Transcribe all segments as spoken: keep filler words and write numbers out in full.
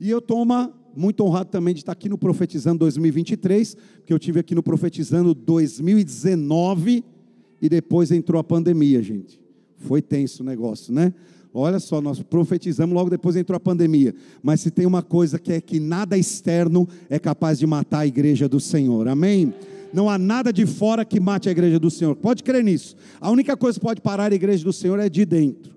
E eu estou muito honrado também de estar aqui no Profetizando dois mil e vinte e três, porque eu estive aqui no Profetizando dois mil e dezenove e depois entrou a pandemia, gente. Foi tenso o negócio, né? Olha só, nós profetizamos, logo depois entrou a pandemia. Mas se tem uma coisa que é que nada externo é capaz de matar a igreja do Senhor, amém? Não há nada de fora que mate a igreja do Senhor, pode crer nisso. A única coisa que pode parar a igreja do Senhor é de dentro.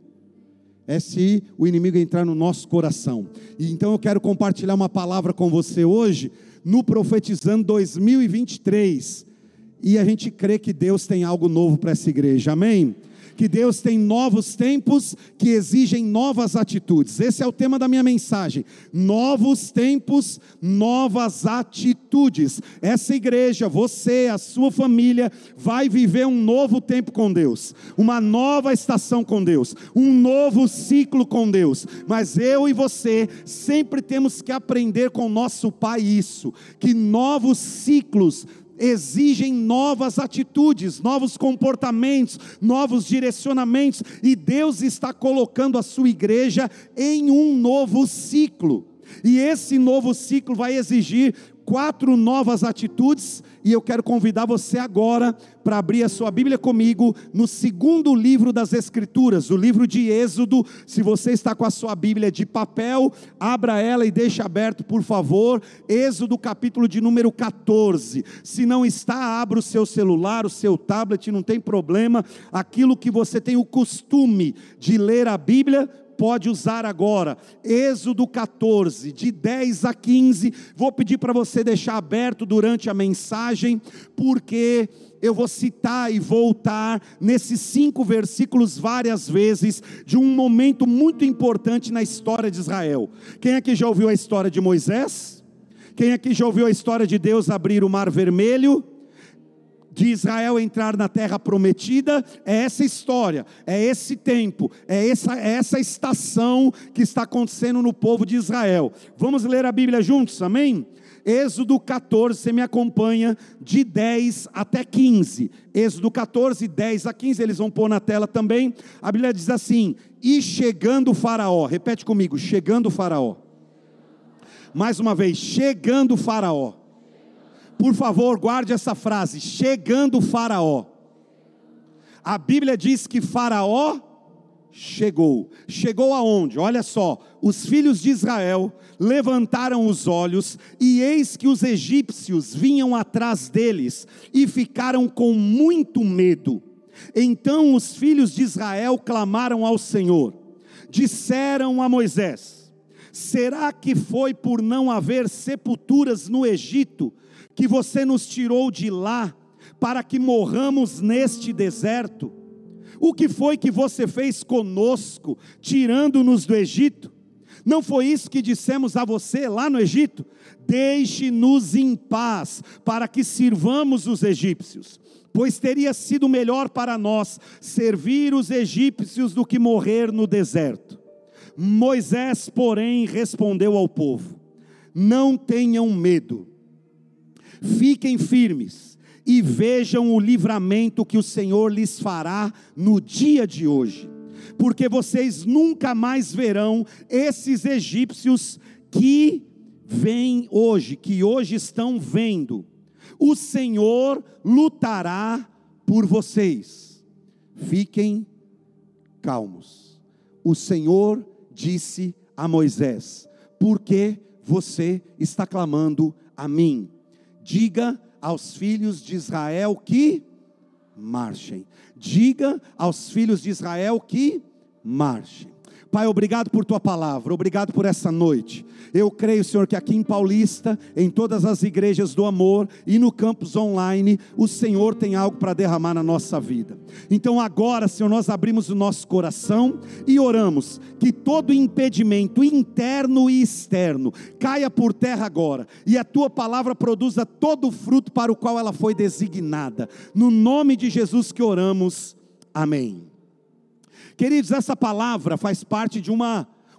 É se o inimigo entrar no nosso coração. E então eu quero compartilhar uma palavra com você hoje, no Profetizando dois mil e vinte e três. E a gente crê que Deus tem algo novo para essa igreja, amém? Que Deus tem novos tempos que exigem novas atitudes. Esse é o tema da minha mensagem. Novos tempos, novas atitudes. Essa igreja, você, a sua família, vai viver um novo tempo com Deus, uma nova estação com Deus, um novo ciclo com Deus. Mas eu e você sempre temos que aprender com nosso Pai isso, que novos ciclos exigem novas atitudes, novos comportamentos, novos direcionamentos, e Deus está colocando a sua igreja em um novo ciclo, e esse novo ciclo vai exigir quatro novas atitudes, e eu quero convidar você agora para abrir a sua Bíblia comigo no segundo livro das Escrituras, o livro de Êxodo. Se você está com a sua Bíblia de papel, abra ela e deixe aberto, por favor, Êxodo capítulo de número quatorze, se não está, abra o seu celular, o seu tablet, não tem problema, aquilo que você tem o costume de ler a Bíblia, pode usar agora. Êxodo quatorze, de dez a quinze, vou pedir para você deixar aberto durante a mensagem, porque eu vou citar e voltar nesses cinco versículos várias vezes, de um momento muito importante na história de Israel. Quem aqui já ouviu a história de Moisés? Quem aqui já ouviu a história de Deus abrir o mar vermelho, de Israel entrar na terra prometida? É essa história, é esse tempo, é essa, é essa estação que está acontecendo no povo de Israel. Vamos ler a Bíblia juntos, amém? Êxodo quatorze, você me acompanha, de dez até quinze. Êxodo quatorze, dez a quinze, eles vão pôr na tela também. A Bíblia diz assim: e chegando o faraó, repete comigo, chegando o faraó. Mais uma vez, chegando o faraó. Por favor, guarde essa frase, chegando o faraó. A Bíblia diz que faraó chegou. Chegou aonde? Olha só, os filhos de Israel levantaram os olhos, e eis que os egípcios vinham atrás deles, e ficaram com muito medo. Então os filhos de Israel clamaram ao Senhor, disseram a Moisés: será que foi por não haver sepulturas no Egito, que você nos tirou de lá, para que morramos neste deserto? O que foi que você fez conosco, tirando-nos do Egito? Não foi isso que dissemos a você lá no Egito? Deixe-nos em paz, para que sirvamos os egípcios, pois teria sido melhor para nós servir os egípcios do que morrer no deserto. Moisés, porém, respondeu ao povo: não tenham medo, fiquem firmes e vejam o livramento que o Senhor lhes fará no dia de hoje, porque vocês nunca mais verão esses egípcios que vêm hoje, que hoje estão vendo. O Senhor lutará por vocês, fiquem calmos. O Senhor disse a Moisés: por que você está clamando a mim? Diga aos filhos de Israel que marchem. Diga aos filhos de Israel que marchem. Pai, obrigado por tua palavra, obrigado por essa noite. Eu creio, Senhor, que aqui em Paulista, em todas as igrejas do amor e no campus online, o Senhor tem algo para derramar na nossa vida. Então agora, Senhor, nós abrimos o nosso coração e oramos que todo impedimento interno e externo caia por terra agora, e a tua palavra produza todo o fruto para o qual ela foi designada. No nome de Jesus que oramos, amém. Queridos, essa palavra faz parte de uma,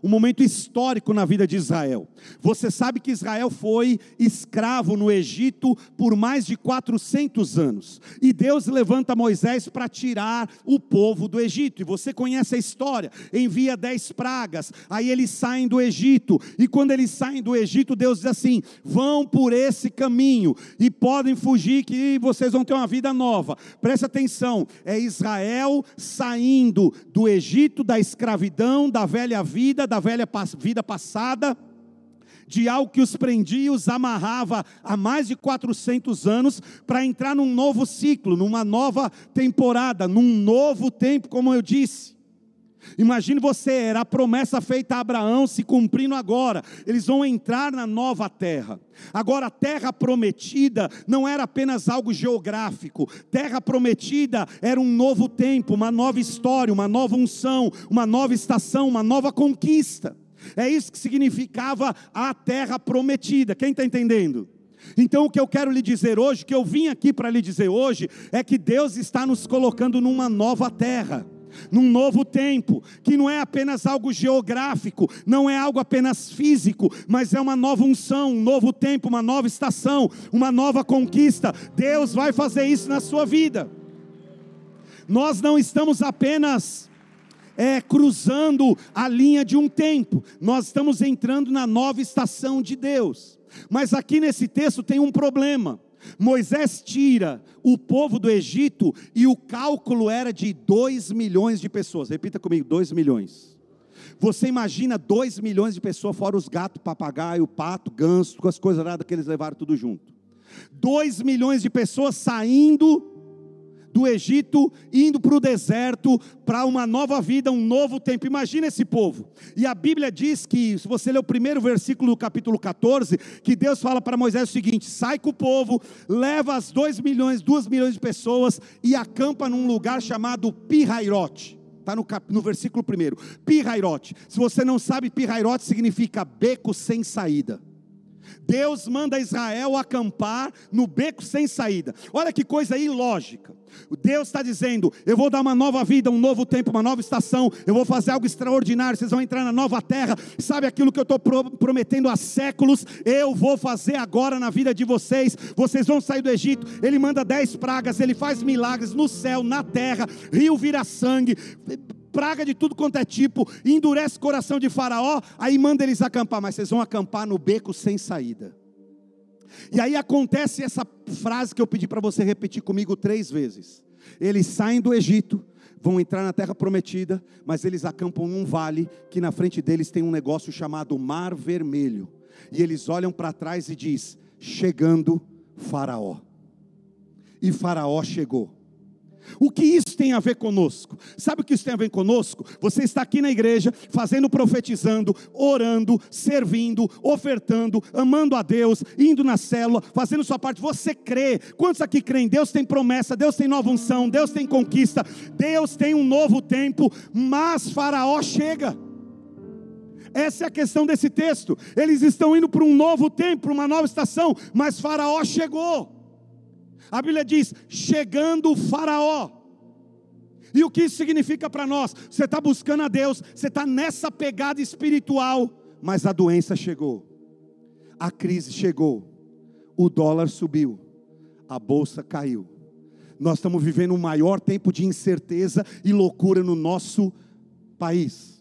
um momento histórico na vida de Israel. Você sabe que Israel foi escravo no Egito por mais de quatrocentos anos. E Deus levanta Moisés para tirar o povo do Egito. E você conhece a história. Envia dez pragas. Aí eles saem do Egito. E quando eles saem do Egito, Deus diz assim: vão por esse caminho. E podem fugir que vocês vão ter uma vida nova. Presta atenção. É Israel saindo do Egito, da escravidão, da velha vida, da velha vida passada, de algo que os prendia, os amarrava há mais de quatrocentos anos, para entrar num novo ciclo, numa nova temporada, num novo tempo, como eu disse. Imagine você, era a promessa feita a Abraão se cumprindo agora. Eles vão entrar na nova terra. Agora, a terra prometida não era apenas algo geográfico. Terra prometida era um novo tempo, uma nova história, uma nova unção, uma nova estação, uma nova conquista. É isso que significava a terra prometida. Quem está entendendo? Então o que eu quero lhe dizer hoje, o que eu vim aqui para lhe dizer hoje, é que Deus está nos colocando numa nova terra, num novo tempo, que não é apenas algo geográfico, não é algo apenas físico, mas é uma nova unção, um novo tempo, uma nova estação, uma nova conquista. Deus vai fazer isso na sua vida. Nós não estamos apenas é, cruzando a linha de um tempo, nós estamos entrando na nova estação de Deus. Mas aqui nesse texto tem um problema. Moisés tira o povo do Egito e o cálculo era de dois milhões de pessoas. Repita comigo, dois milhões. Você imagina dois milhões de pessoas, fora os gatos, papagaio, pato, ganso, com as coisas lá que eles levaram tudo junto. dois milhões de pessoas saindo do Egito, indo para o deserto, para uma nova vida, um novo tempo. Imagina esse povo. E a Bíblia diz que, se você ler o primeiro versículo do capítulo catorze, que Deus fala para Moisés o seguinte: sai com o povo, leva as dois milhões, duas milhões de pessoas e acampa num lugar chamado Pi-Hairote. Está no, no versículo primeiro. Pi-Hairote. Se você não sabe, Pi-Hairote significa beco sem saída. Deus manda Israel acampar no beco sem saída. Olha que coisa ilógica. Deus está dizendo: eu vou dar uma nova vida, um novo tempo, uma nova estação. Eu vou fazer algo extraordinário. Vocês vão entrar na nova terra. Sabe aquilo que eu estou prometendo há séculos? Eu vou fazer agora na vida de vocês. Vocês vão sair do Egito. Ele manda dez pragas. Ele faz milagres no céu, na terra. Rio vira sangue, praga de tudo quanto é tipo, endurece o coração de Faraó, aí manda eles acampar, mas vocês vão acampar no beco sem saída. E aí acontece essa frase que eu pedi para você repetir comigo três vezes. Eles saem do Egito, vão entrar na terra prometida, mas eles acampam num vale, que na frente deles tem um negócio chamado Mar Vermelho, e eles olham para trás e diz: chegando Faraó. E Faraó chegou. O que isso tem a ver conosco? Sabe o que isso tem a ver conosco? Você está aqui na igreja, fazendo, profetizando, orando, servindo, ofertando, amando a Deus, indo na célula, fazendo sua parte. Você crê? Quantos aqui creem? Deus tem promessa, Deus tem nova unção, Deus tem conquista, Deus tem um novo tempo, mas Faraó chega. Essa é a questão desse texto. Eles estão indo para um novo tempo, para uma nova estação, mas Faraó chegou. A Bíblia diz: chegando o Faraó. E o que isso significa para nós? Você está buscando a Deus, você está nessa pegada espiritual, mas a doença chegou, a crise chegou, o dólar subiu, a bolsa caiu. Nós estamos vivendo o maior tempo de incerteza e loucura no nosso país.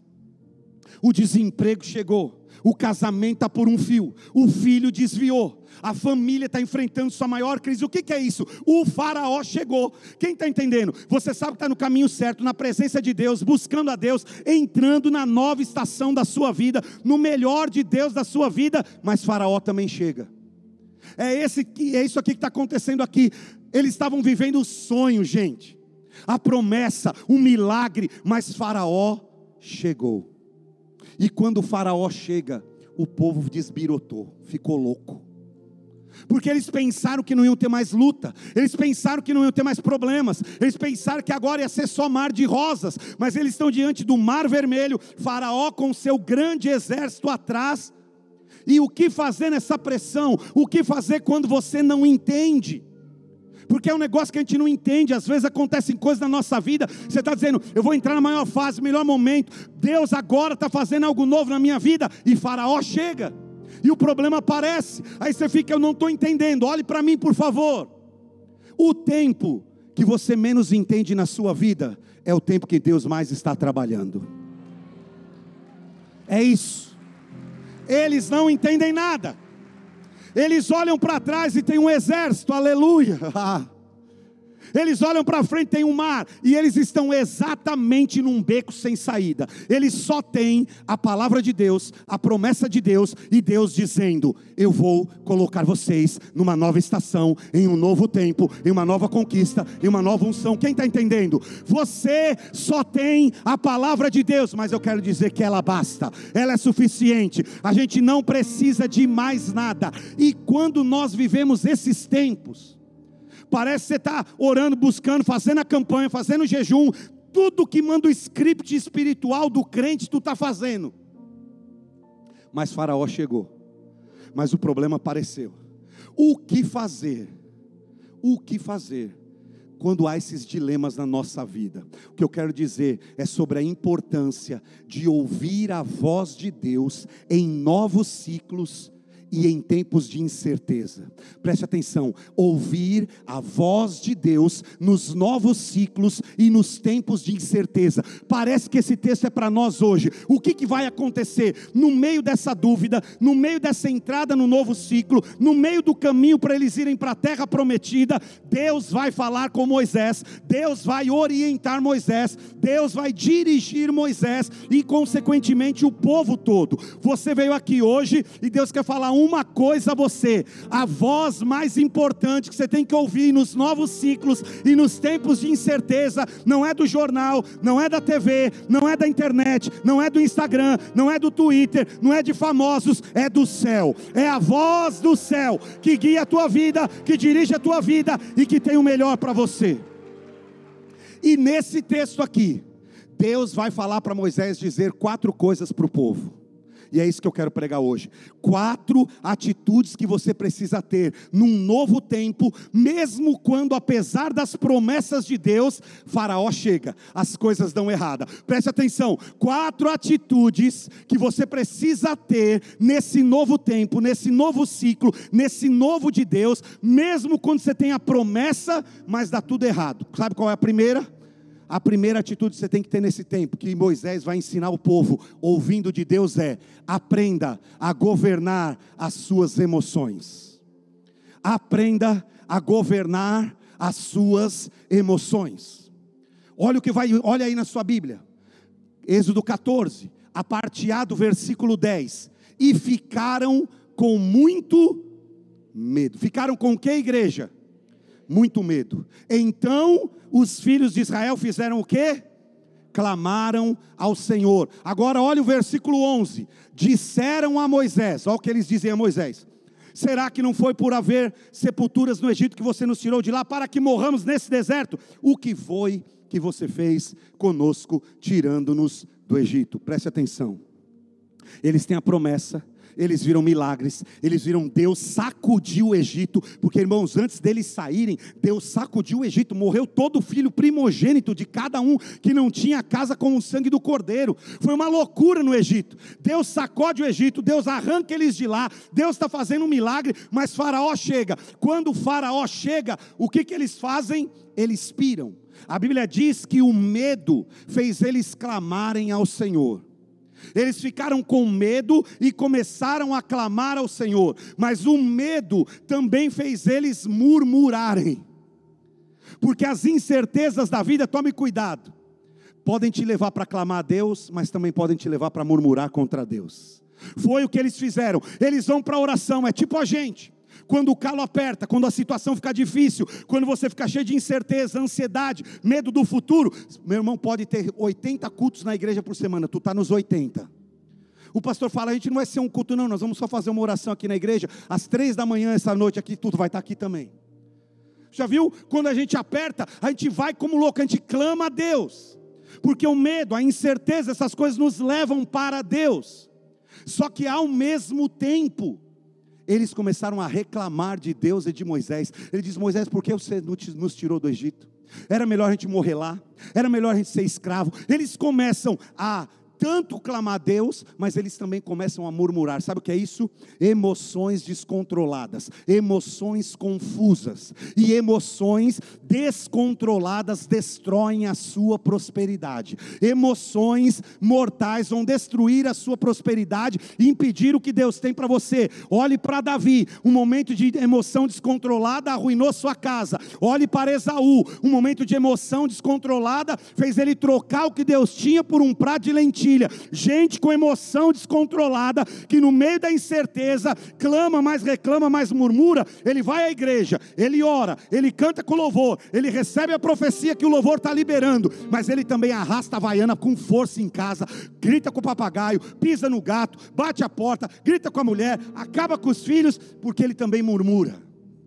O desemprego chegou, o casamento está por um fio, o filho desviou, a família está enfrentando sua maior crise. O que, que é isso? O Faraó chegou. Quem está entendendo? Você sabe que está no caminho certo, na presença de Deus, buscando a Deus, entrando na nova estação da sua vida, no melhor de Deus da sua vida, mas Faraó também chega. É, esse, é isso aqui que está acontecendo aqui. Eles estavam vivendo o sonho, gente, a promessa, o milagre, mas Faraó chegou. E quando o Faraó chega, o povo desbirotou, ficou louco. Porque eles pensaram que não iam ter mais luta, eles pensaram que não iam ter mais problemas, eles pensaram que agora ia ser só mar de rosas, mas eles estão diante do Mar Vermelho, Faraó com seu grande exército atrás. E o que fazer nessa pressão? O que fazer quando você não entende? Porque é um negócio que a gente não entende. Às vezes acontecem coisas na nossa vida. Você está dizendo, eu vou entrar na maior fase, melhor momento. Deus agora está fazendo algo novo na minha vida. E Faraó chega. E o problema aparece. Aí você fica, eu não estou entendendo. Olhe para mim, por favor. O tempo que você menos entende na sua vida é o tempo que Deus mais está trabalhando. É isso. Eles não entendem nada. Eles olham para trás e tem um exército, aleluia. Eles olham para frente, tem um mar, e eles estão exatamente num beco sem saída. Eles só têm a palavra de Deus, a promessa de Deus, e Deus dizendo, eu vou colocar vocês numa nova estação, em um novo tempo, em uma nova conquista, em uma nova unção. Quem está entendendo? Você só tem a palavra de Deus, mas eu quero dizer que ela basta, ela é suficiente, a gente não precisa de mais nada. E quando nós vivemos esses tempos, parece que você está orando, buscando, fazendo a campanha, fazendo jejum, tudo que manda o script espiritual do crente, tu está fazendo. Mas Faraó chegou, mas o problema apareceu. O que fazer? O que fazer quando há esses dilemas na nossa vida? O que eu quero dizer é sobre a importância de ouvir a voz de Deus em novos ciclos e em tempos de incerteza. Preste atenção, ouvir a voz de Deus nos novos ciclos e nos tempos de incerteza. Parece que esse texto é para nós hoje. O que, que vai acontecer no meio dessa dúvida, no meio dessa entrada no novo ciclo, no meio do caminho para eles irem para a terra prometida? Deus vai falar com Moisés, Deus vai orientar Moisés, Deus vai dirigir Moisés e consequentemente o povo todo. Você veio aqui hoje e Deus quer falar um uma coisa a você, a voz mais importante que você tem que ouvir nos novos ciclos e nos tempos de incerteza, não é do jornal, não é da T V, não é da internet, não é do Instagram, não é do Twitter, não é de famosos, é do céu, é a voz do céu, que guia a tua vida, que dirige a tua vida e que tem o melhor para você. E nesse texto aqui, Deus vai falar para Moisés dizer quatro coisas para o povo. E é isso que eu quero pregar hoje. Quatro atitudes que você precisa ter num novo tempo, mesmo quando, apesar das promessas de Deus, Faraó chega, as coisas dão errada. Preste atenção, quatro atitudes que você precisa ter nesse novo tempo, nesse novo ciclo, nesse novo de Deus, mesmo quando você tem a promessa, mas dá tudo errado. Sabe qual é a primeira? A primeira atitude que você tem que ter nesse tempo, que Moisés vai ensinar o povo, ouvindo de Deus, é: aprenda a governar as suas emoções. Aprenda a governar as suas emoções. Olha o que vai, olha aí na sua Bíblia, Êxodo catorze, a parte A do versículo dez. E ficaram com muito medo. Ficaram com o que, igreja? Muito medo. Então os filhos de Israel fizeram o quê? Clamaram ao Senhor. Agora olha o versículo onze. Disseram a Moisés, olha o que eles dizem a Moisés: será que não foi por haver sepulturas no Egito que você nos tirou de lá, para que morramos nesse deserto? O que foi que você fez conosco, tirando-nos do Egito? Preste atenção, eles têm a promessa, eles viram milagres, eles viram Deus sacudir o Egito, porque, irmãos, antes deles saírem, Deus sacudiu o Egito, morreu todo filho primogênito de cada um, que não tinha casa com o sangue do cordeiro. Foi uma loucura no Egito. Deus sacode o Egito, Deus arranca eles de lá, Deus está fazendo um milagre, mas Faraó chega. Quando o Faraó chega, o que, que eles fazem? Eles piram. A Bíblia diz que o medo fez eles clamarem ao Senhor. Eles ficaram com medo e começaram a clamar ao Senhor, mas o medo também fez eles murmurarem, porque as incertezas da vida, tome cuidado, podem te levar para clamar a Deus, mas também podem te levar para murmurar contra Deus. Foi o que eles fizeram. Eles vão para a oração, é tipo a gente. Quando o calo aperta, quando a situação fica difícil, quando você fica cheio de incerteza, ansiedade, medo do futuro, meu irmão, pode ter oitenta cultos na igreja por semana, tu está nos oitenta. O pastor fala: a gente não vai ser um culto não, nós vamos só fazer uma oração aqui na igreja, às três da manhã essa noite aqui, tudo vai estar aqui também. Já viu? Quando a gente aperta, a gente vai como louco, a gente clama a Deus, porque o medo, a incerteza, essas coisas nos levam para Deus. Só que ao mesmo tempo, Eles começaram a reclamar de Deus e de Moisés. Ele diz: Moisés, por que você nos tirou do Egito? Era melhor a gente morrer lá, era melhor a gente ser escravo. Eles começam a tanto clamar a Deus, mas eles também começam a murmurar. Sabe o que é isso? Emoções descontroladas, emoções confusas, e emoções descontroladas destroem a sua prosperidade. Emoções mortais vão destruir a sua prosperidade e impedir o que Deus tem para você. Olhe para Davi, um momento de emoção descontrolada arruinou sua casa. Olhe para Esaú, um momento de emoção descontrolada fez ele trocar o que Deus tinha por um prato de lentilha. Gente com emoção descontrolada, que no meio da incerteza, clama, mais reclama, mais murmura. Ele vai à igreja, ele ora, ele canta com louvor, ele recebe a profecia que o louvor está liberando, mas ele também arrasta a vaiana com força em casa, grita com o papagaio, pisa no gato, bate a porta, grita com a mulher, acaba com os filhos, porque ele também murmura.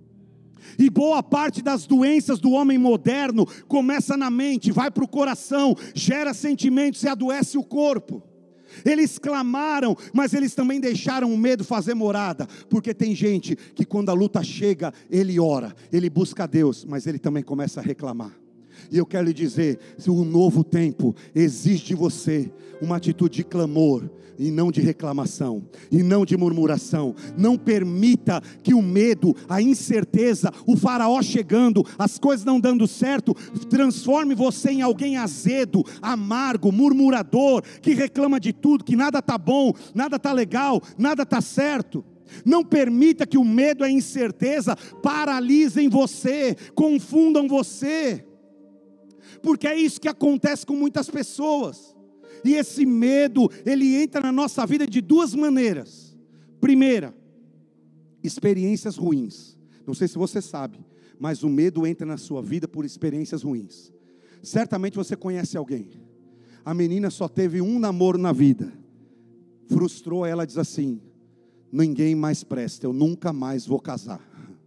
E boa parte das doenças do homem moderno começa na mente, vai para o coração, gera sentimentos e adoece o corpo. Eles clamaram, mas eles também deixaram o medo fazer morada, porque tem gente que quando a luta chega, ele ora, ele busca a Deus, mas ele também começa a reclamar. E eu quero lhe dizer, se o novo tempo exige de você uma atitude de clamor, e não de reclamação, e não de murmuração. Não permita que o medo, a incerteza, o faraó chegando, as coisas não dando certo, transforme você em alguém azedo, amargo, murmurador, que reclama de tudo, que nada está bom, nada está legal, nada está certo. Não permita que o medo e a incerteza paralisem você, confundam você, porque é isso que acontece com muitas pessoas. E esse medo, ele entra na nossa vida de duas maneiras. Primeira, experiências ruins. Não sei se você sabe, mas o medo entra na sua vida por experiências ruins. Certamente você conhece alguém. A menina só teve um namoro na vida. Frustrou ela, diz assim: ninguém mais presta, eu nunca mais vou casar.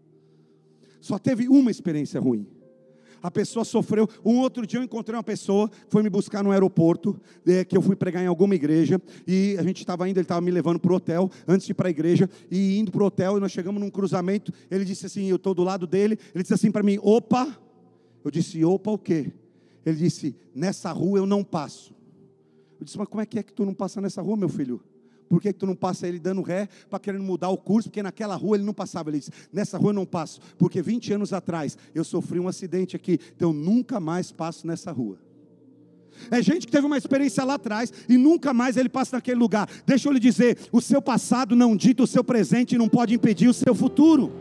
Só teve uma experiência ruim. A pessoa sofreu. Um outro dia eu encontrei uma pessoa que foi me buscar no aeroporto, é, que eu fui pregar em alguma igreja, e a gente estava indo, ele estava me levando para o hotel, antes de ir para a igreja, e indo para o hotel, e nós chegamos num cruzamento, ele disse assim, eu estou do lado dele, ele disse assim para mim, opa, eu disse, opa o quê? Ele disse, nessa rua eu não passo. Eu disse, mas como é que é que tu não passa nessa rua, meu filho? Por que, que tu não passa ele dando ré, para querendo mudar o curso, porque naquela rua ele não passava. Ele disse, nessa rua eu não passo, porque vinte anos atrás, eu sofri um acidente aqui, então eu nunca mais passo nessa rua. É gente que teve uma experiência lá atrás, e nunca mais ele passa naquele lugar. Deixa eu lhe dizer, o seu passado não dita o seu presente, e não pode impedir o seu futuro.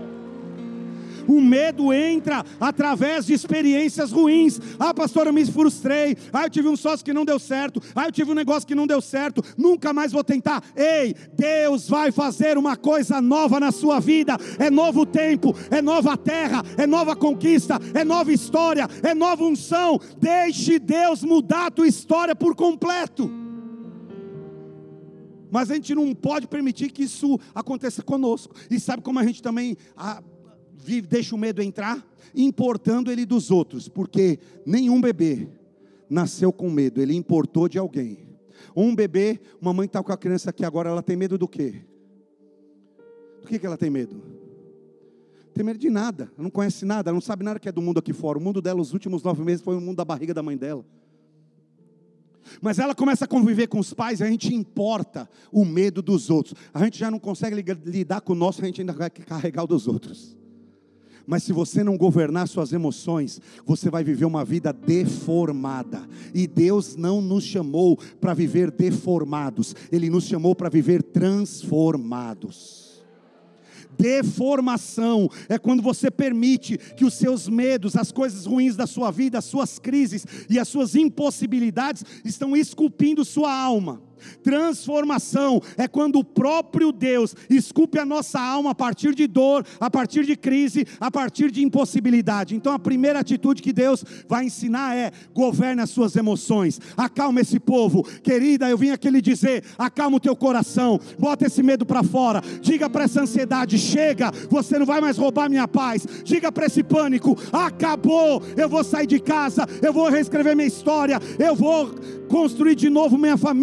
O medo entra através de experiências ruins. Ah, pastor, eu me frustrei. Ah, eu tive um sócio que não deu certo. Ah, eu tive um negócio que não deu certo. Nunca mais vou tentar. Ei, Deus vai fazer uma coisa nova na sua vida. É novo tempo, é nova terra, é nova conquista, é nova história, é nova unção. Deixe Deus mudar a tua história por completo. Mas a gente não pode permitir que isso aconteça conosco. E sabe como a gente também... A, Vive, deixa o medo entrar, importando ele dos outros, porque nenhum bebê nasceu com medo, ele importou de alguém. Um bebê, uma mãe está com a criança aqui agora, ela tem medo do quê? Do que, que ela tem medo? Tem medo de nada, ela não conhece nada, ela não sabe nada que é do mundo aqui fora. O mundo dela, os últimos nove meses, foi o mundo da barriga da mãe dela. Mas ela começa a conviver com os pais, a gente importa o medo dos outros. A gente já não consegue lidar com o nosso, a gente ainda vai carregar o dos outros. Mas se você não governar suas emoções, você vai viver uma vida deformada. E Deus não nos chamou para viver deformados, Ele nos chamou para viver transformados. Deformação é quando você permite que os seus medos, as coisas ruins da sua vida, as suas crises e as suas impossibilidades estão esculpindo sua alma. Transformação é quando o próprio Deus esculpe a nossa alma a partir de dor, a partir de crise, a partir de impossibilidade. Então a primeira atitude que Deus vai ensinar é: governe as suas emoções, acalma esse povo. Querida, eu vim aqui lhe dizer, acalma o teu coração, bota esse medo para fora, diga para essa ansiedade, chega, você não vai mais roubar minha paz. Diga para esse pânico, acabou, eu vou sair de casa, eu vou reescrever minha história, eu vou construir de novo minha família,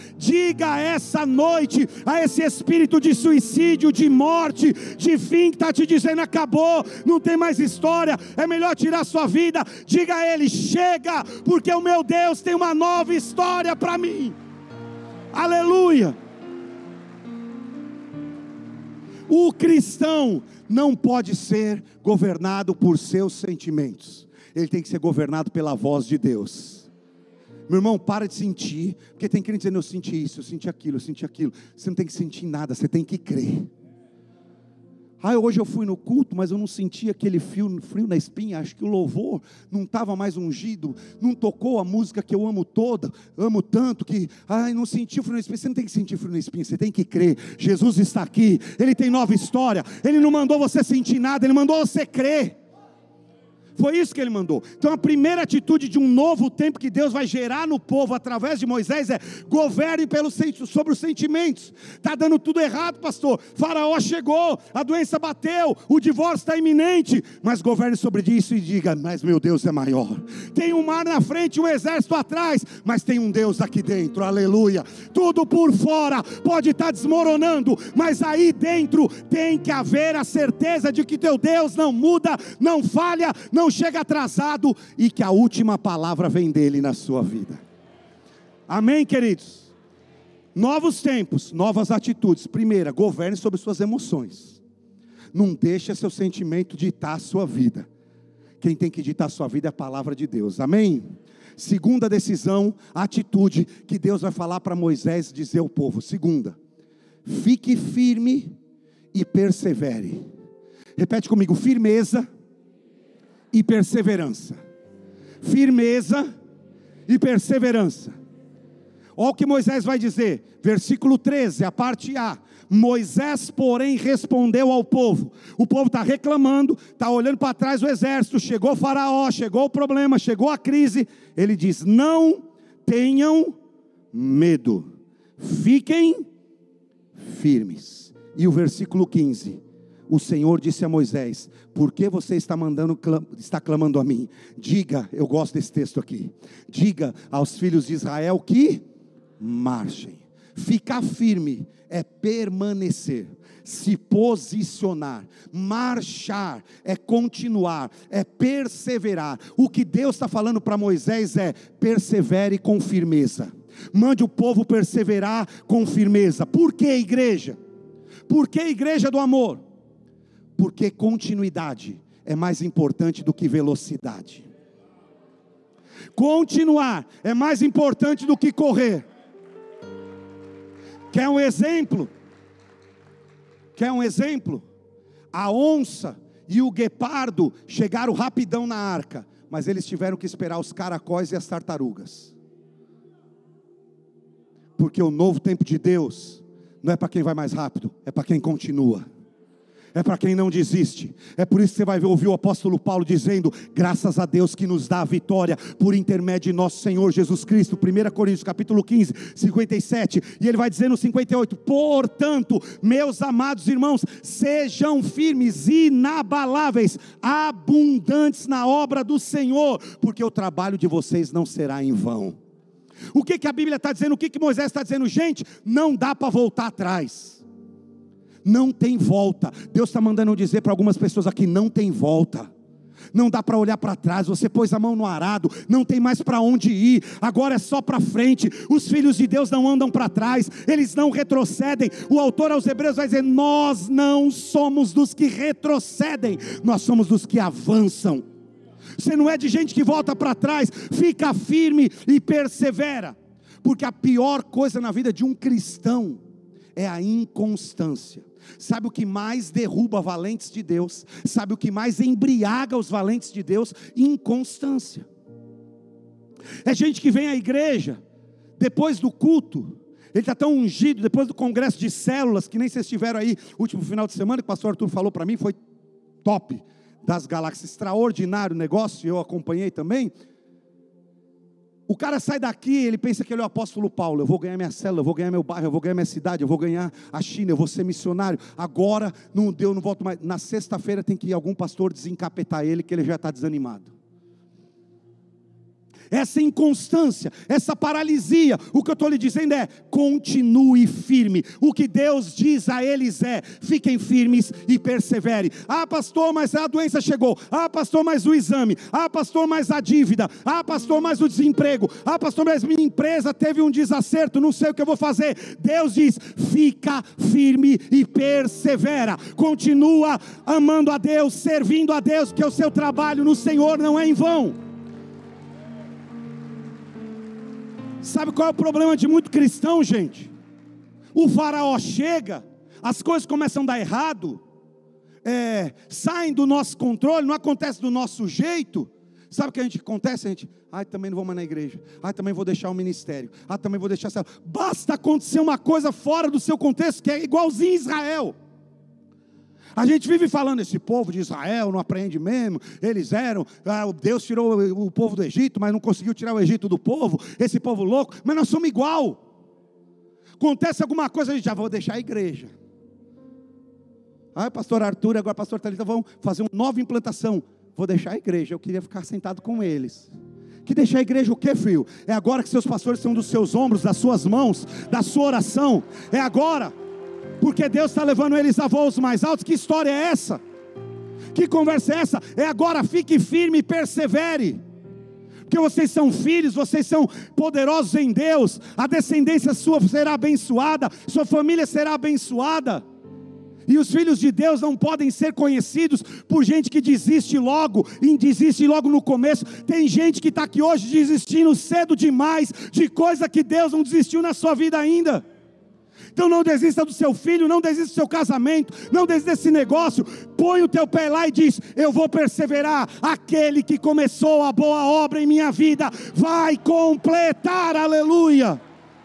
Diga essa noite a esse espírito de suicídio, de morte, de fim, que está te dizendo: acabou, não tem mais história, é melhor tirar sua vida. Diga a ele: chega, porque o meu Deus tem uma nova história para mim. Aleluia. O cristão não pode ser governado por seus sentimentos, ele tem que ser governado pela voz de Deus. Meu irmão, para de sentir, porque tem crente dizendo: eu senti isso, eu senti aquilo, eu senti aquilo. Você não tem que sentir nada, você tem que crer. Ah, hoje eu fui no culto, mas eu não senti aquele frio, frio na espinha. Acho que o louvor não estava mais ungido, não tocou a música que eu amo toda, amo tanto que, ai, não senti frio na espinha. Você não tem que sentir frio na espinha, você tem que crer. Jesus está aqui, Ele tem nova história. Ele não mandou você sentir nada, Ele mandou você crer. Foi isso que Ele mandou. Então a primeira atitude de um novo tempo que Deus vai gerar no povo através de Moisés é: governe pelos, sobre os sentimentos. Está dando tudo errado, pastor. Faraó chegou, a doença bateu, o divórcio está iminente. Mas governe sobre isso e diga: mas meu Deus é maior. Tem um mar na frente, um exército atrás, mas tem um Deus aqui dentro. Aleluia. Tudo por fora pode estar desmoronando, mas aí dentro tem que haver a certeza de que teu Deus não muda, não falha, não chega atrasado, e que a última palavra vem dele na sua vida. Amém, queridos? Novos tempos, novas atitudes. Primeira, governe sobre suas emoções. Não deixe seu sentimento ditar a sua vida. Quem tem que ditar a sua vida é a palavra de Deus. Amém? Segunda decisão, atitude que Deus vai falar para Moisés dizer ao povo. Segunda, fique firme e persevere. Repete comigo: firmeza e perseverança. Firmeza e perseverança. Olha o que Moisés vai dizer, versículo treze, a parte A. Moisés, porém, respondeu ao povo. O povo está reclamando, está olhando para trás o exército, chegou o faraó, chegou o problema, chegou a crise. Ele diz: não tenham medo, fiquem firmes. E o versículo quinze, o Senhor disse a Moisés: por que você está mandando, está clamando a mim? Diga, eu gosto desse texto aqui, diga aos filhos de Israel que marchem. Ficar firme é permanecer, se posicionar. Marchar é continuar, é perseverar. O que Deus está falando para Moisés é: persevere com firmeza. Mande o povo perseverar com firmeza. Por que, igreja? Por que, igreja do amor? Porque continuidade é mais importante do que velocidade. Continuar é mais importante do que correr. Quer um exemplo? Quer um exemplo? A onça e o guepardo chegaram rapidão na arca, mas eles tiveram que esperar os caracóis e as tartarugas. Porque o novo tempo de Deus não é para quem vai mais rápido, é para quem continua. É para quem não desiste. É por isso que você vai ouvir o apóstolo Paulo dizendo: graças a Deus que nos dá a vitória por intermédio de nosso Senhor Jesus Cristo. primeira Coríntios capítulo quinze, cinquenta e sete. E ele vai dizer no cinquenta e oito: portanto, meus amados irmãos, sejam firmes, inabaláveis, abundantes na obra do Senhor, porque o trabalho de vocês não será em vão. O que, que a Bíblia está dizendo? O que, que Moisés está dizendo? Gente, não dá para voltar atrás. Não tem volta. Deus está mandando dizer para algumas pessoas aqui: não tem volta. Não dá para olhar para trás. Você pôs a mão no arado, não tem mais para onde ir. Agora é só para frente. Os filhos de Deus não andam para trás, eles não retrocedem. O autor aos Hebreus vai dizer: nós não somos dos que retrocedem, nós somos dos que avançam. Você não é de gente que volta para trás. Fica firme e persevera. Porque a pior coisa na vida de um cristão é a inconstância. Sabe o que mais derruba valentes de Deus? Sabe o que mais embriaga os valentes de Deus? Inconstância. É gente que vem à igreja, depois do culto, ele está tão ungido, depois do congresso de células, que nem vocês estiveram aí, último final de semana, que o pastor Arthur falou para mim, foi top, das galáxias, extraordinário negócio, eu acompanhei também. O cara sai daqui, ele pensa que ele é o apóstolo Paulo: eu vou ganhar minha célula, eu vou ganhar meu bairro, eu vou ganhar minha cidade, eu vou ganhar a China, eu vou ser missionário. Agora não deu, não volto mais. Na sexta-feira tem que ir algum pastor desencapetar ele, que ele já está desanimado. essa inconstância, essa paralisia. O que eu estou lhe dizendo é: continue firme. O que Deus diz a eles é: fiquem firmes e persevere. Ah, pastor, mas a doença chegou. Ah, pastor, mas o exame. Ah, pastor, mas a dívida. Ah, pastor, mas o desemprego. Ah, pastor, mas minha empresa teve um desacerto, não sei o que eu vou fazer. Deus diz: fica firme e persevera. Continua amando a Deus, servindo a Deus, porque o seu trabalho no Senhor não é em vão. Sabe qual é o problema de muito cristão, gente? O faraó chega, as coisas começam a dar errado, é, saem do nosso controle, não acontece do nosso jeito. Sabe o que a gente acontece? A gente, ai, também não vou mais na igreja, ai, também vou deixar o ministério, ai, também vou deixar essa... Basta acontecer uma coisa fora do seu contexto, que é igualzinho Israel. A gente vive falando, esse povo de Israel não aprende mesmo, eles eram, ah, Deus tirou o povo do Egito, mas não conseguiu tirar o Egito do povo, esse povo louco, mas nós somos igual. Acontece alguma coisa, a gente já vou deixar a igreja. Ah, pastor Arthur, agora pastor Thalita, vão fazer uma nova implantação. Vou deixar a igreja, eu queria ficar sentado com eles. Que deixar a igreja o quê, filho? É agora que seus pastores são dos seus ombros, das suas mãos, da sua oração, é agora. Porque Deus está levando eles a voos mais altos. Que história é essa? Que conversa é essa? É agora, fique firme e persevere. Porque vocês são filhos, vocês são poderosos em Deus. A descendência sua será abençoada, sua família será abençoada. E os filhos de Deus não podem ser conhecidos por gente que desiste logo, e desiste logo no começo. Tem gente que está aqui hoje desistindo cedo demais de coisa que Deus não desistiu na sua vida ainda. Então não desista do seu filho, não desista do seu casamento, não desista desse negócio. Põe o teu pé lá e diz: eu vou perseverar. Aquele que começou a boa obra em minha vida vai completar, aleluia.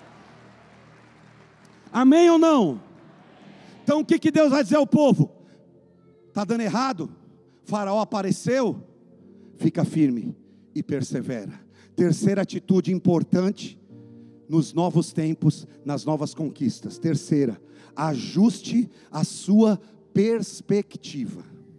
Amém ou não? Então o que, que Deus vai dizer ao povo? Está dando errado? Faraó apareceu? Fica firme e persevera. Terceira atitude importante nos novos tempos, nas novas conquistas. Terceira, ajuste a sua perspectiva.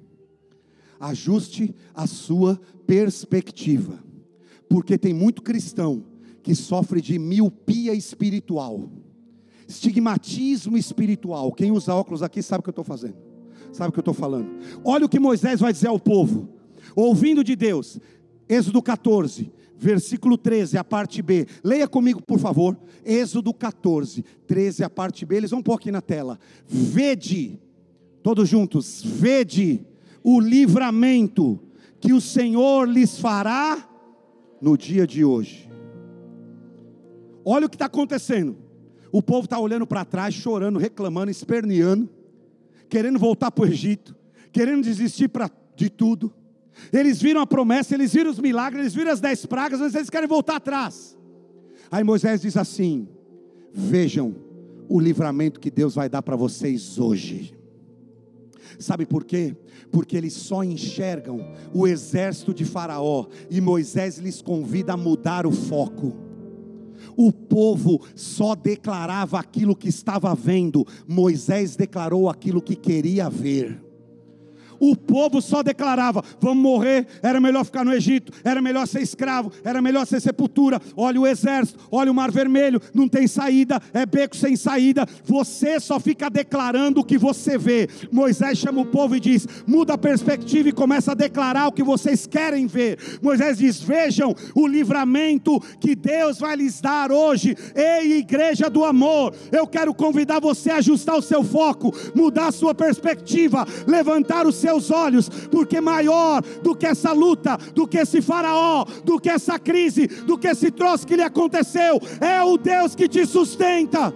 Ajuste a sua perspectiva. Porque tem muito cristão que sofre de miopia espiritual, estigmatismo espiritual. Quem usa óculos aqui sabe o que eu estou fazendo, sabe o que eu estou falando. Olha o que Moisés vai dizer ao povo, ouvindo de Deus. Êxodo catorze, versículo treze, a parte B. Leia comigo, por favor. Êxodo catorze, treze, a parte B. Eles vão pôr aqui na tela. Vede, todos juntos, vede o livramento que o Senhor lhes fará no dia de hoje. Olha o que está acontecendo. O povo está olhando para trás, chorando, reclamando, esperneando, querendo voltar para o Egito, querendo desistir pra, de tudo. Eles viram a promessa, eles viram os milagres, eles viram as dez pragas, mas eles querem voltar atrás. Aí Moisés diz assim: vejam o livramento que Deus vai dar para vocês hoje. Sabe por quê? Porque eles só enxergam o exército de Faraó, e Moisés lhes convida a mudar o foco. O povo só declarava aquilo que estava vendo, Moisés declarou aquilo que queria ver. O povo só declarava: vamos morrer, era melhor ficar no Egito, era melhor ser escravo, era melhor ser sepultura. Olha o exército, olha o mar vermelho, não tem saída, é beco sem saída. Você só fica declarando o que você vê. Moisés chama o povo e diz: muda a perspectiva e começa a declarar o que vocês querem ver. Moisés diz: vejam o livramento que Deus vai lhes dar hoje. Ei, igreja do amor, eu quero convidar você a ajustar o seu foco, mudar a sua perspectiva, levantar o seu seus olhos, porque maior do que essa luta, do que esse faraó, do que essa crise, do que esse troço que lhe aconteceu, é o Deus que te sustenta.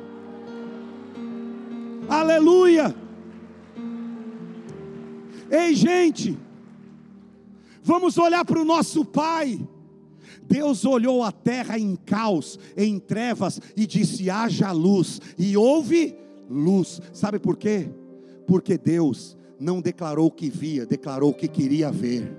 Aleluia. Ei, gente, vamos olhar para o nosso Pai. Deus olhou a terra em caos, em trevas, e disse: haja luz, e houve luz. Sabe por quê? Porque Deus não declarou o que via, declarou o que queria ver.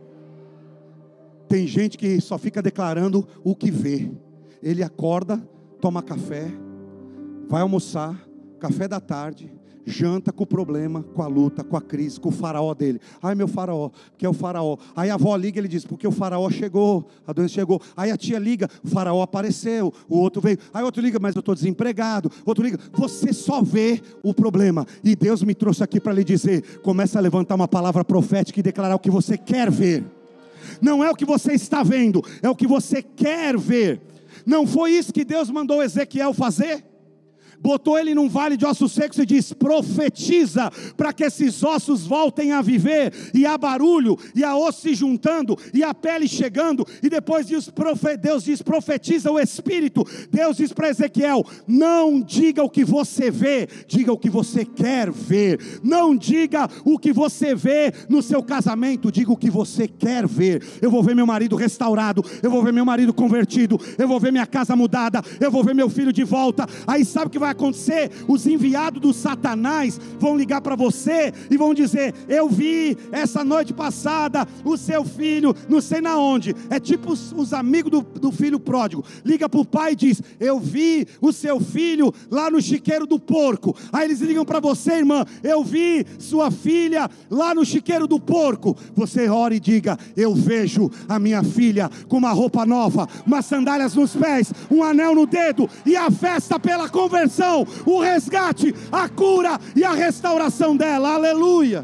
Tem gente que só fica declarando o que vê. Ele acorda, toma café, vai almoçar, café da tarde, janta com o problema, com a luta, com a crise, com o faraó dele. Ai, meu faraó, que é o faraó. Aí a avó liga, ele diz, porque o faraó chegou, a doença chegou. Aí a tia liga, o faraó apareceu, o outro veio. Aí outro liga, mas eu estou desempregado. Outro liga, você só vê o problema. E Deus me trouxe aqui para lhe dizer, começa a levantar uma palavra profética e declarar o que você quer ver. Não é o que você está vendo, é o que você quer ver. Não foi isso que Deus mandou Ezequiel fazer? Botou ele num vale de ossos secos e diz, profetiza, para que esses ossos voltem a viver, e há barulho, e há osso se juntando, e a pele chegando, e depois Deus, profe, Deus diz, profetiza o Espírito. Deus diz para Ezequiel, não diga o que você vê, diga o que você quer ver. Não diga o que você vê no seu casamento, diga o que você quer ver. Eu vou ver meu marido restaurado, eu vou ver meu marido convertido, eu vou ver minha casa mudada, eu vou ver meu filho de volta. Aí sabe o que vai acontecer? Os enviados do Satanás vão ligar para você e vão dizer, eu vi essa noite passada o seu filho, não sei na onde. É tipo os, os amigos do, do filho pródigo, liga para o pai e diz, eu vi o seu filho lá no chiqueiro do porco. Aí eles ligam para você, irmã, eu vi sua filha lá no chiqueiro do porco. Você ora e diga, eu vejo a minha filha com uma roupa nova, umas sandálias nos pés, um anel no dedo, e a festa pela conversão, o resgate, a cura e a restauração dela. Aleluia.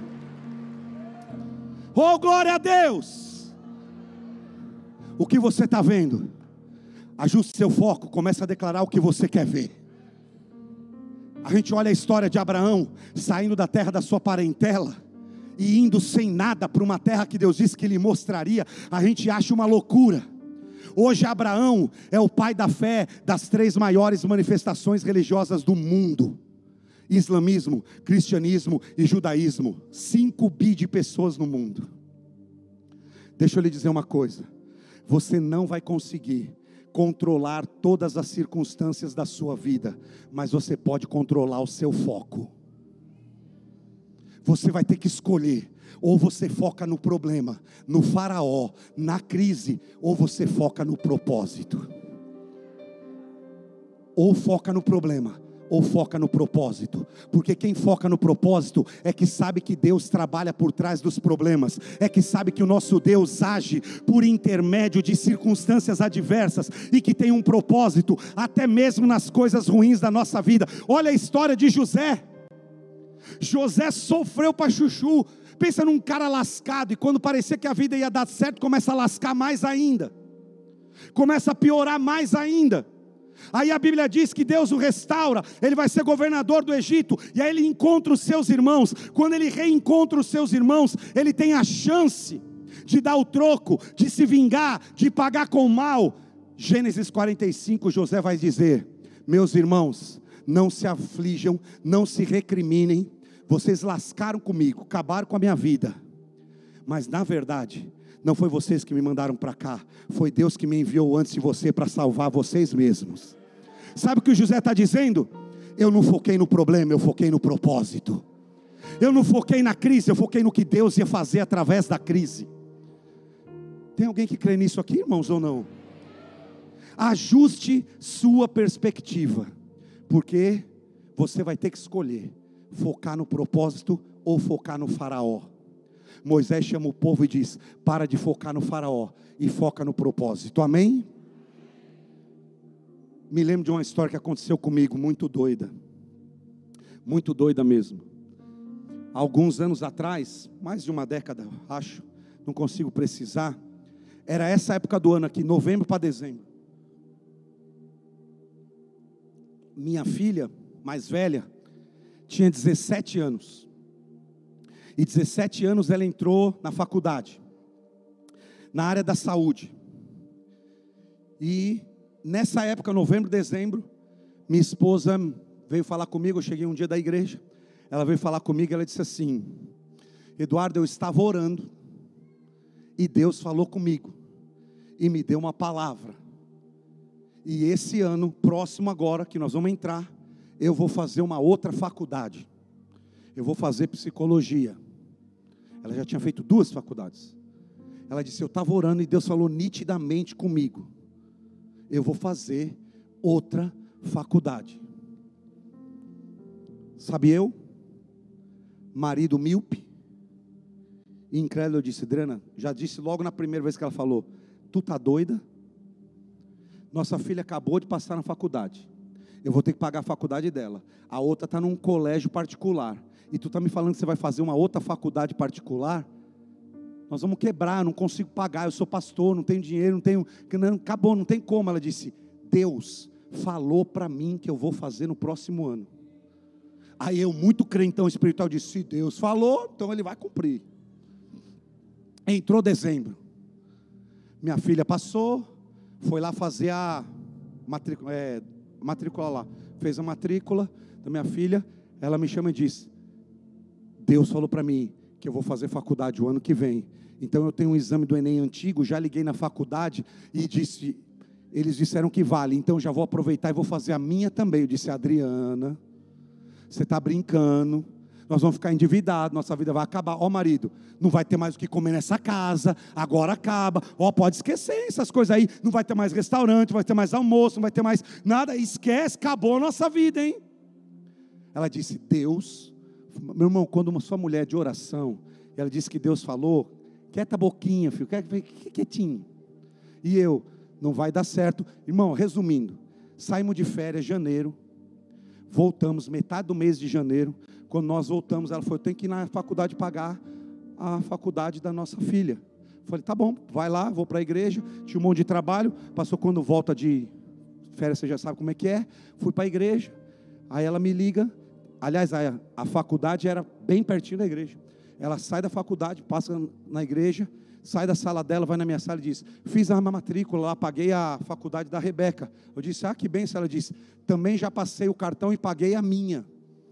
Oh, glória a Deus. O que você está vendo? Ajuste seu foco, comece a declarar o que você quer ver. A gente olha a história de Abraão saindo da terra da sua parentela e indo sem nada para uma terra que Deus disse que lhe mostraria. A gente acha uma loucura. Hoje Abraão é o pai da fé das três maiores manifestações religiosas do mundo: islamismo, cristianismo e judaísmo. cinco bi de pessoas no mundo. Deixa eu lhe dizer uma coisa, você não vai conseguir controlar todas as circunstâncias da sua vida, mas você pode controlar o seu foco. Você vai ter que escolher, ou você foca no problema, no faraó, na crise, ou você foca no propósito. Ou foca no problema, ou foca no propósito. Porque quem foca no propósito é que sabe que Deus trabalha por trás dos problemas, é que sabe que o nosso Deus age por intermédio de circunstâncias adversas, e que tem um propósito, até mesmo nas coisas ruins da nossa vida. Olha a história de José. José sofreu para chuchu. Pensa num cara lascado, e quando parecia que a vida ia dar certo, começa a lascar mais ainda, começa a piorar mais ainda. Aí a Bíblia diz que Deus o restaura, ele vai ser governador do Egito, e aí ele encontra os seus irmãos. Quando ele reencontra os seus irmãos, ele tem a chance de dar o troco, de se vingar, de pagar com o mal. Gênesis quarenta e cinco, José vai dizer, meus irmãos, não se aflijam, não se recriminem, vocês lascaram comigo, acabaram com a minha vida, mas na verdade, não foi vocês que me mandaram para cá, foi Deus que me enviou antes de você para salvar vocês mesmos. Sabe o que o José está dizendo? Eu não foquei no problema, eu foquei no propósito. Eu não foquei na crise, eu foquei no que Deus ia fazer através da crise. Tem alguém que crê nisso aqui, irmãos, ou não? Ajuste sua perspectiva, porque você vai ter que escolher focar no propósito ou focar no faraó. Moisés chama o povo e diz, para de focar no faraó e foca no propósito. Amém? Me lembro de uma história que aconteceu comigo, muito doida, muito doida mesmo. Alguns anos atrás, mais de uma década, acho, não consigo precisar, era essa época do ano aqui, novembro para dezembro. Minha filha mais velha tinha dezessete anos, e dezessete anos ela entrou na faculdade, na área da saúde. E nessa época, novembro, dezembro, minha esposa veio falar comigo. Eu cheguei um dia da igreja, ela veio falar comigo, ela disse assim, Eduardo, eu estava orando, e Deus falou comigo, e me deu uma palavra, e esse ano, próximo agora, que nós vamos entrar, eu vou fazer uma outra faculdade, eu vou fazer psicologia. Ela já tinha feito duas faculdades. Ela disse, eu estava orando e Deus falou nitidamente comigo, eu vou fazer outra faculdade. Sabe eu, marido míope e incrédulo. Eu disse: Adriana, já disse logo na primeira vez que ela falou: tu tá doida? Nossa filha acabou de passar na faculdade, eu vou ter que pagar a faculdade dela. A outra está num colégio particular, e tu está me falando que você vai fazer uma outra faculdade particular? Nós vamos quebrar, não consigo pagar, eu sou pastor, não tenho dinheiro, não tenho, não, acabou, não tem como. Ela disse: Deus falou para mim que eu vou fazer no próximo ano. Aí eu, muito crentão espiritual, disse: se Deus falou, então Ele vai cumprir. Entrou dezembro, minha filha passou, foi lá fazer a matrícula, é, matrícula lá, fez a matrícula da minha filha. Ela me chama e diz: Deus falou para mim que eu vou fazer faculdade o ano que vem, então eu tenho um exame do Enem antigo, já liguei na faculdade e disse, eles disseram que vale, então já vou aproveitar e vou fazer a minha também. Eu disse: Adriana, você está brincando, nós vamos ficar endividados, nossa vida vai acabar. Ó, marido, não vai ter mais o que comer nessa casa, agora acaba. Ó, pode esquecer essas coisas aí, não vai ter mais restaurante, não vai ter mais almoço, não vai ter mais nada, esquece, acabou a nossa vida, hein? Ela disse: Deus, meu irmão, quando uma sua mulher de oração, ela disse que Deus falou, quieta a boquinha, filho, quietinho. E eu, não vai dar certo. Irmão, resumindo, saímos de férias em janeiro, voltamos metade do mês de janeiro. Quando nós voltamos, ela falou: eu tenho que ir na faculdade pagar a faculdade da nossa filha. Eu falei: tá bom, vai lá, vou para a igreja. Tinha um monte de trabalho. Passou quando volta de férias, você já sabe como é que é. Fui para a igreja, aí ela me liga. Aliás, a, a faculdade era bem pertinho da igreja. Ela sai da faculdade, passa na igreja, sai da sala dela, vai na minha sala e diz: fiz a matrícula lá, paguei a faculdade da Rebeca. Eu disse: ah, que benção. Ela disse: também já passei o cartão e paguei a minha.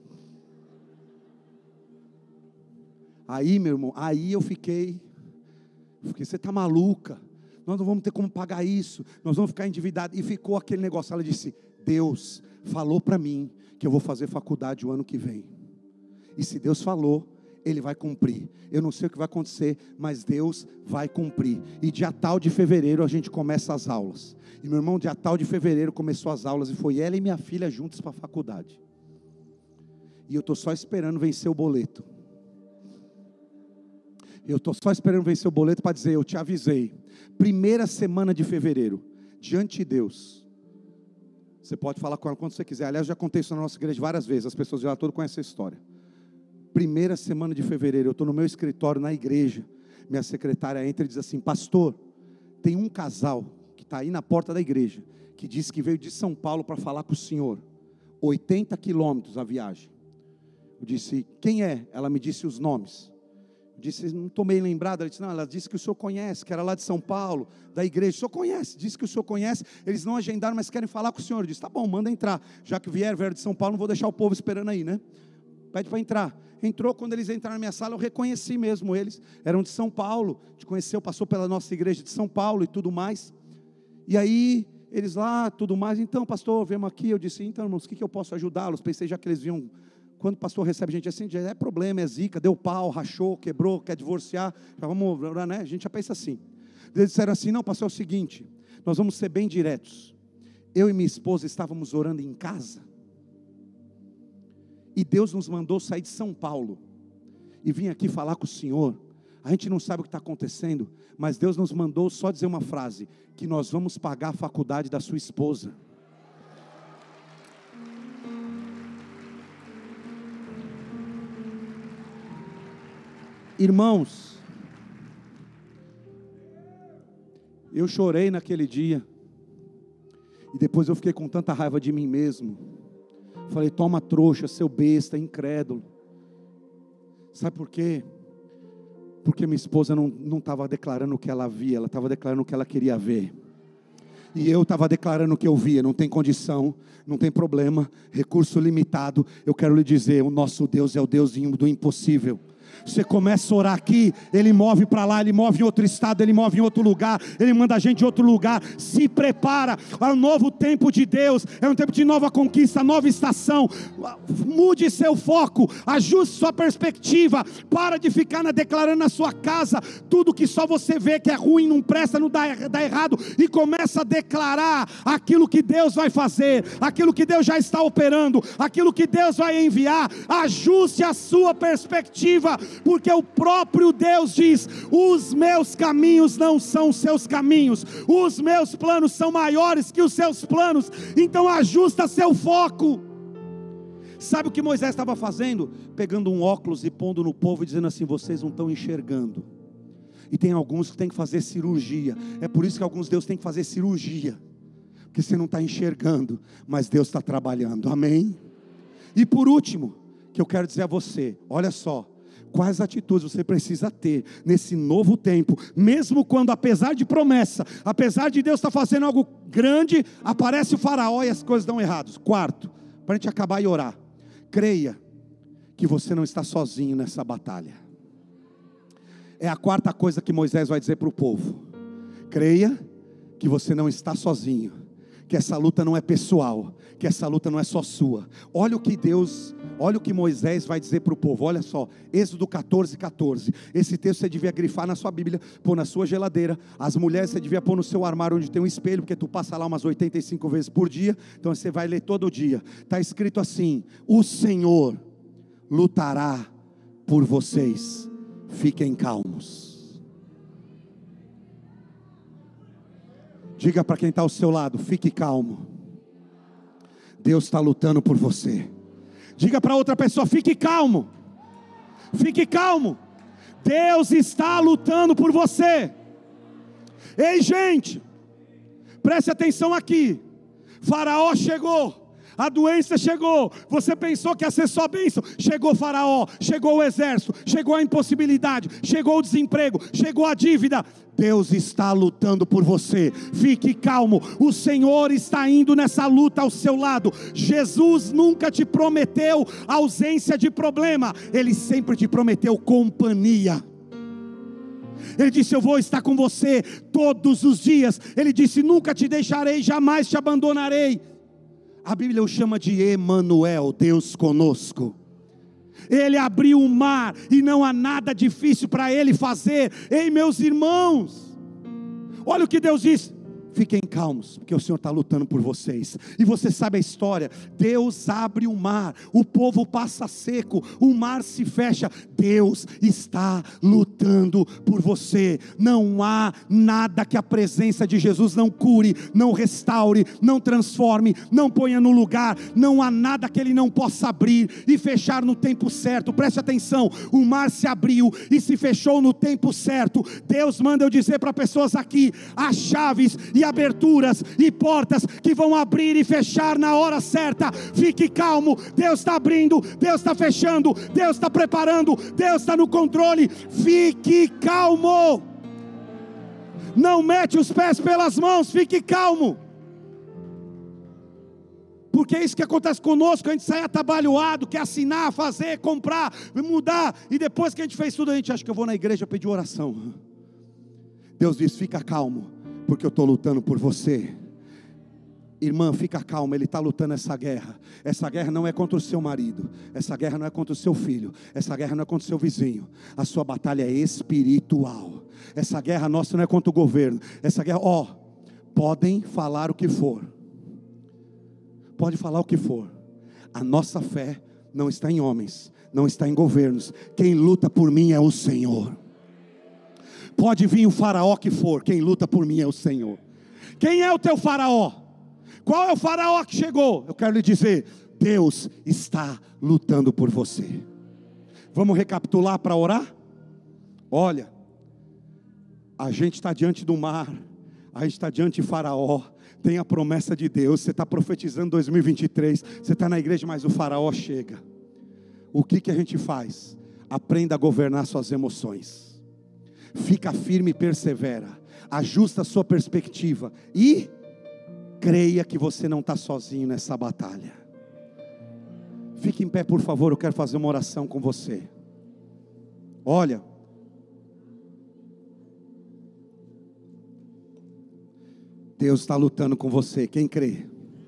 Aí, meu irmão, aí eu fiquei, fiquei, você está maluca, nós não vamos ter como pagar isso, nós vamos ficar endividados. E ficou aquele negócio. Ela disse: Deus falou para mim que eu vou fazer faculdade o ano que vem, e se Deus falou, Ele vai cumprir. Eu não sei o que vai acontecer, mas Deus vai cumprir. E dia tal de fevereiro a gente começa as aulas. E meu irmão, dia tal de fevereiro começou as aulas, e foi ela e minha filha juntos para a faculdade. E eu estou só esperando vencer o boleto. Eu estou só esperando vencer o boleto para dizer: eu te avisei. Primeira semana de fevereiro, diante de Deus. Você pode falar com ela quando você quiser. Aliás, eu já contei isso na nossa igreja várias vezes. As pessoas já todas conhecem essa história. Primeira semana de fevereiro, eu estou no meu escritório na igreja. Minha secretária entra e diz assim: pastor, tem um casal que está aí na porta da igreja, que disse que veio de São Paulo para falar com o senhor. oitenta quilômetros a viagem. Eu disse: quem é? Ela me disse os nomes. Disse: não estou meio lembrado. Ela disse: não, ela disse que o senhor conhece, que era lá de São Paulo, da igreja. O senhor conhece, disse que o senhor conhece. Eles não agendaram, mas querem falar com o senhor. Eu disse: tá bom, manda entrar. Já que vieram, vieram de São Paulo, não vou deixar o povo esperando aí, né? Pede para entrar. Entrou, quando eles entraram na minha sala, eu reconheci mesmo eles. Eram de São Paulo, te conheceu, passou pela nossa igreja de São Paulo e tudo mais. E aí, eles lá, tudo mais. Então, pastor, viemos aqui. Eu disse: então, irmãos, o que, que eu posso ajudá-los? Pensei já que eles vinham. Quando o pastor recebe gente assim, já é problema, é zica, deu pau, rachou, quebrou, quer divorciar, já vamos, né? A gente já pensa assim. Eles disseram assim: não, pastor, é o seguinte, nós vamos ser bem diretos. Eu e minha esposa estávamos orando em casa, e Deus nos mandou sair de São Paulo e vir aqui falar com o senhor. A gente não sabe o que está acontecendo, mas Deus nos mandou só dizer uma frase: que nós vamos pagar a faculdade da sua esposa. Irmãos, eu chorei naquele dia, e depois eu fiquei com tanta raiva de mim mesmo. Falei: toma trouxa, seu besta, incrédulo. Sabe por quê? Porque minha esposa não estava declarando o que ela via, ela estava declarando o que ela queria ver. E eu estava declarando o que eu via. Não tem condição, não tem problema, recurso limitado. Eu quero lhe dizer: o nosso Deus é o Deus do impossível. Você começa a orar aqui, Ele move para lá, Ele move em outro estado, Ele move em outro lugar, Ele manda a gente em outro lugar. Se prepara, é um novo tempo de Deus, é um tempo de nova conquista, nova estação. Mude seu foco, ajuste sua perspectiva, para de ficar na, declarando na sua casa tudo que só você vê que é ruim, não presta, não dá, dá errado, e começa a declarar aquilo que Deus vai fazer, aquilo que Deus já está operando, aquilo que Deus vai enviar. Ajuste a sua perspectiva, porque o próprio Deus diz: os meus caminhos não são os seus caminhos, os meus planos são maiores que os seus planos. Então ajusta seu foco. Sabe o que Moisés estava fazendo? Pegando um óculos e pondo no povo e dizendo assim: vocês não estão enxergando. E tem alguns que têm que fazer cirurgia. É por isso que alguns Deus tem que fazer cirurgia, porque você não está enxergando, mas Deus está trabalhando. Amém? E por último, que eu quero dizer a você, olha só, quais atitudes você precisa ter nesse novo tempo, mesmo quando, apesar de promessa, apesar de Deus estar fazendo algo grande, aparece o faraó e as coisas dão errados. Quarto, para a gente acabar e orar, creia que você não está sozinho nessa batalha. É a quarta coisa que Moisés vai dizer para o povo: creia que você não está sozinho, que essa luta não é pessoal, que essa luta não é só sua. Olha o que Deus, olha o que Moisés vai dizer para o povo. Olha só, Êxodo catorze, catorze. Esse texto você devia grifar na sua Bíblia, pôr na sua geladeira. As mulheres você devia pôr no seu armário onde tem um espelho, porque tu passa lá umas oitenta e cinco vezes por dia, então você vai ler todo dia. Está escrito assim: o Senhor lutará por vocês, fiquem calmos. Diga para quem está ao seu lado: fique calmo, Deus está lutando por você. Diga para outra pessoa: fique calmo, fique calmo, Deus está lutando por você. Ei, gente, preste atenção aqui. Faraó chegou, a doença chegou, você pensou que ia ser só bênção, chegou Faraó, chegou o exército, chegou a impossibilidade, chegou o desemprego, chegou a dívida. Deus está lutando por você, fique calmo, o Senhor está indo nessa luta ao seu lado. Jesus nunca te prometeu ausência de problema, Ele sempre te prometeu companhia. Ele disse: eu vou estar com você todos os dias. Ele disse: nunca te deixarei, jamais te abandonarei. A Bíblia o chama de Emanuel, Deus conosco. Ele abriu o mar e não há nada difícil para Ele fazer. Ei, meus irmãos, olha o que Deus diz: fiquem calmos, porque o Senhor está lutando por vocês. E você sabe a história: Deus abre o mar, o povo passa seco, o mar se fecha. Deus está lutando por você. Não há nada que a presença de Jesus não cure, não restaure, não transforme, não ponha no lugar. Não há nada que Ele não possa abrir e fechar no tempo certo. Preste atenção, o mar se abriu e se fechou no tempo certo. Deus manda eu dizer para pessoas aqui: há chaves e aberturas e portas que vão abrir e fechar na hora certa. Fique calmo, Deus está abrindo, Deus está fechando, Deus está preparando, Deus está no controle. Fique calmo, não mete os pés pelas mãos, fique calmo, porque é isso que acontece conosco. A gente sai atabalhoado, quer assinar, fazer, comprar, mudar, e depois que a gente fez tudo, a gente acha que eu vou na igreja pedir oração. Deus diz: fica calmo, porque eu estou lutando por você. Irmã, fica calma, Ele está lutando essa guerra. Essa guerra não é contra o seu marido, essa guerra não é contra o seu filho, essa guerra não é contra o seu vizinho. A sua batalha é espiritual. Essa guerra nossa não é contra o governo. Essa guerra, ó, podem falar o que for, pode falar o que for, a nossa fé não está em homens, não está em governos. Quem luta por mim é o Senhor. Pode vir o faraó que for, quem luta por mim é o Senhor. Quem é o teu faraó? Qual é o faraó que chegou? Eu quero lhe dizer: Deus está lutando por você. Vamos recapitular para orar? Olha, a gente está diante do mar, a gente está diante de faraó. Tem a promessa de Deus, você está profetizando dois mil e vinte e três, você está na igreja, mas o faraó chega. O que, que a gente faz? Aprenda a governar suas emoções. Fica firme e persevera. Ajusta a sua perspectiva e creia que você não está sozinho nessa batalha. Fique em pé, por favor, eu quero fazer uma oração com você. Olha, Deus está lutando com você, quem crê?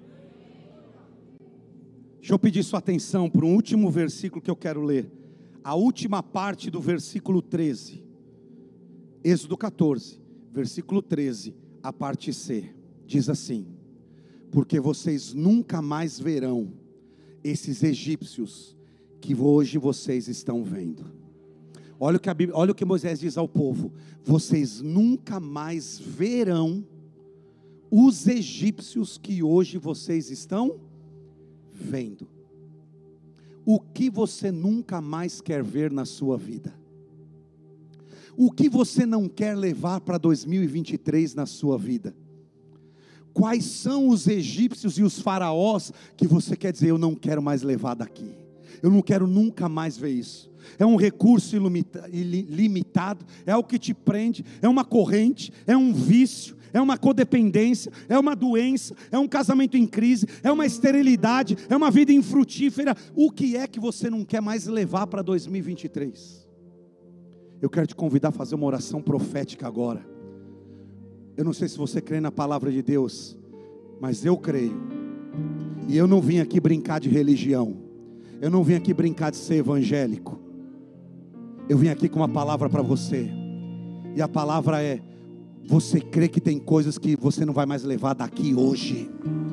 Deixa eu pedir sua atenção para um último versículo que eu quero ler. A última parte do versículo treze. Êxodo catorze, versículo treze, a parte C. Diz assim: porque vocês nunca mais verão esses egípcios que hoje vocês estão vendo. Olha o que a Bíblia, olha o que Moisés diz ao povo: vocês nunca mais verão os egípcios que hoje vocês estão vendo. O que você nunca mais quer ver na sua vida? O que você não quer levar para dois mil e vinte e três na sua vida? Quais são os egípcios e os faraós que você quer dizer, eu não quero mais levar daqui, eu não quero nunca mais ver isso? É um recurso ilimitado, é algo que te prende, é uma corrente, é um vício, é uma codependência, é uma doença, é um casamento em crise, é uma esterilidade, é uma vida infrutífera. O que é que você não quer mais levar para dois mil e vinte e três? Eu quero te convidar a fazer uma oração profética agora. Eu não sei se você crê na palavra de Deus, mas eu creio. E eu não vim aqui brincar de religião, eu não vim aqui brincar de ser evangélico. Eu vim aqui com uma palavra para você, e a palavra é: você crê que tem coisas que você não vai mais levar daqui hoje,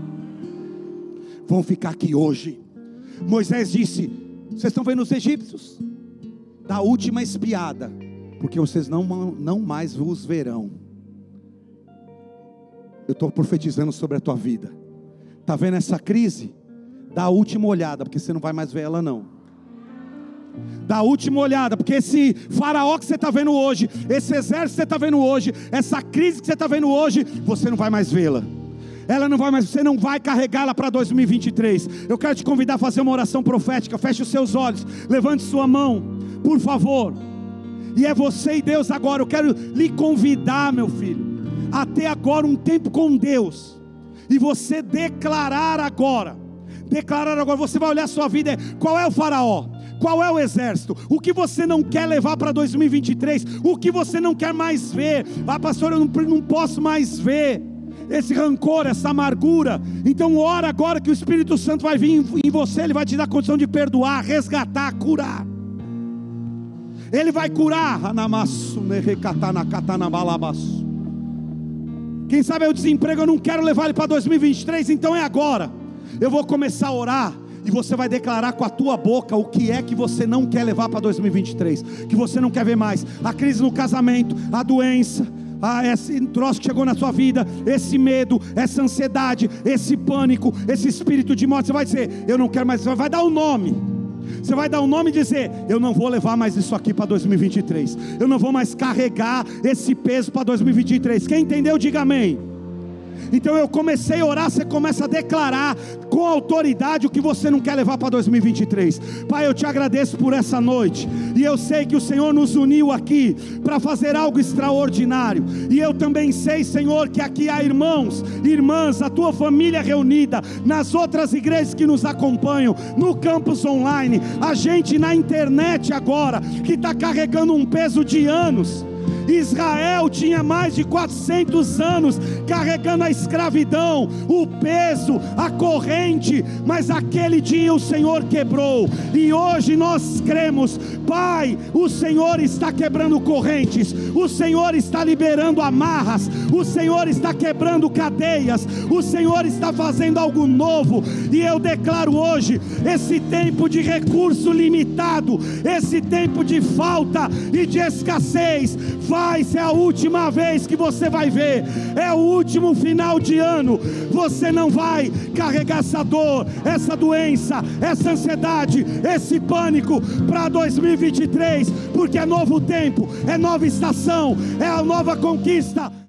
vão ficar aqui hoje. Moisés disse: vocês estão vendo os egípcios? Da última espiada, porque vocês não, não mais os verão. Eu estou profetizando sobre a tua vida. Está vendo essa crise? Dá a última olhada, porque você não vai mais ver ela não. Dá a última olhada, porque esse faraó que você está vendo hoje, esse exército que você está vendo hoje, essa crise que você está vendo hoje, você não vai mais vê-la. Ela não vai mais, você não vai carregá-la para dois mil e vinte e três. Eu quero te convidar a fazer uma oração profética. Feche os seus olhos, levante sua mão, por favor. E é você e Deus agora. Eu quero lhe convidar, meu filho, a ter agora um tempo com Deus, e você declarar agora, declarar agora, você vai olhar a sua vida, qual é o faraó? Qual é o exército? O que você não quer levar para dois mil e vinte e três? O que você não quer mais ver? Ah, pastor, eu não, não posso mais ver esse rancor, essa amargura. Então ora agora que o Espírito Santo vai vir em você. Ele vai te dar condição de perdoar, resgatar, curar. Ele vai curar. Quem sabe é o desemprego, eu não quero levar ele para dois mil e vinte e três, então é agora. Eu vou começar a orar, e você vai declarar com a tua boca o que é que você não quer levar para dois mil e vinte e três, que você não quer ver mais. A crise no casamento, a doença, ah, esse troço que chegou na sua vida, esse medo, essa ansiedade, esse pânico, esse espírito de morte. Você vai dizer, eu não quero mais. Você vai dar um nome. Você vai dar um nome e dizer, eu não vou levar mais isso aqui para dois mil e vinte e três. Eu não vou mais carregar esse peso para dois mil e vinte e três. Quem entendeu, diga amém. Então eu comecei a orar, você começa a declarar com autoridade o que você não quer levar para dois mil e vinte e três. Pai, eu te agradeço por essa noite, e eu sei que o Senhor nos uniu aqui para fazer algo extraordinário, e eu também sei, Senhor, que aqui há irmãos, irmãs, a tua família reunida, nas outras igrejas que nos acompanham, no campus online, a gente na internet agora, que está carregando um peso de anos. Israel tinha mais de quatrocentos anos carregando a escravidão, o peso, a corrente, mas aquele dia o Senhor quebrou, e hoje nós cremos, Pai, o Senhor está quebrando correntes, o Senhor está liberando amarras, o Senhor está quebrando cadeias, o Senhor está fazendo algo novo, e eu declaro hoje, esse tempo de recurso limitado, esse tempo de falta e de escassez, vai ser a última vez que você vai ver, é o último final de ano. Você não vai carregar essa dor, essa doença, essa ansiedade, esse pânico para dois mil e vinte e três, porque é novo tempo, é nova estação, é a nova conquista.